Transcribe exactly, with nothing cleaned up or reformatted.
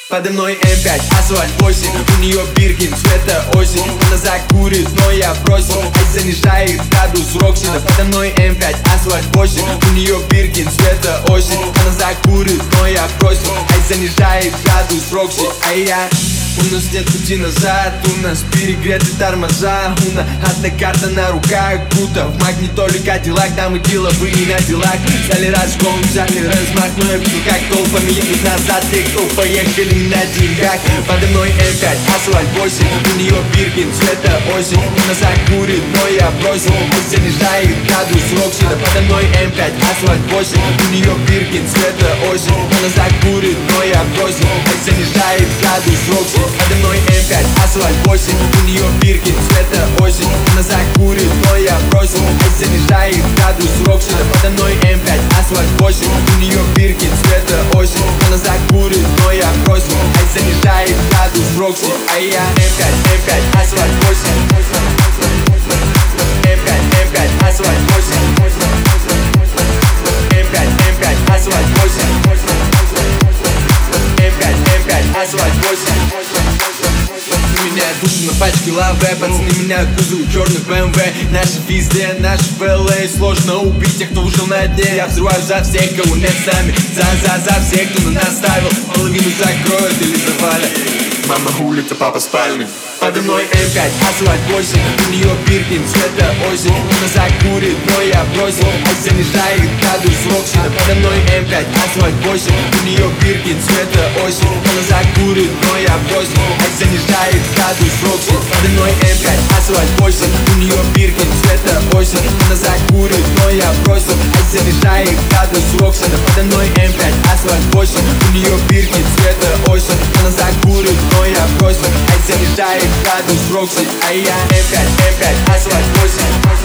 Подо мной эм пять, асфальт восемь, у нее Биркин, цвета осень. Она закурит, но я бросил, ай занижает градус Роксина. Подо мной эм пять, асфальт восемь, у нее Биркин, цвета осень. Она закурит, но я бросил, ай занижает градус Рокси. А я... У нас нет пути назад, у нас перегреты тормоза. У нас одна карта на руках, круто. В магнитоле Кадиллак, там и деловые на делах. Взяли разгон, взяли размах, но я видел, как толпами едут назад. Те, кто поехали на деньгах. Подо мной эм пять, асфальт восемь, у нее Биркин, цвета осень. Она закурит, но я бросил, пусть занижает градус Роксина. Подо мной эм пять, асфальт восемь, у нее Биркин, цвета осень. Она закурит, но я бросил, пусть занижает градус Роксина. Подо мной эм пять, асфальт восемь, у нее Биркин, цвета осень. Она закурит, но я бросил, ай занижает градус Роксина. Подо мной эм пять, асфальт восемь, у нее Биркин, цвета осень. Она закурит, но я бросил, ай занижает градус Рокси. А я эм пять, эм пять, асфальт восемь, эм пять, эм пять, асфальт восемь, эм пять, эм пять, асфальт восемь, эм пять, эм пять, асфальт восемь. Меня душу на пачке лаве, пацаны меняют кузов, черный бэ эм вэ. Наши везде, наши в эл эй. Сложно убить тех, кто ужил на дне. Я взрываю за всех, кого нет с нами. За-за-за всех, кто на нас ставил. Половину закроют или завалят. Мама улица, папа спальный. Подо мной эм пять, асфальт восемь, у нее Биркин, цвета осень. Она закурит, но я бросил, ай занижает градус Роксина. Подо мной эм пять, асфальт восемь, у нее Биркин, цвета осень. Она закурит, но я бросил, ай занижает градус Роксина. Подо мной эм пять, асфальт восемь, у нее Биркин, цвета осень. Она закурит, но я бросил, ай занижает градус Роксина. Подо мной эм пять, асфальт восемь, у нее Биркин, цвета осень. Она закурит, но я бросил, ай занижает градус Рокси. А я эм пять, эм пять, асфальт восемь.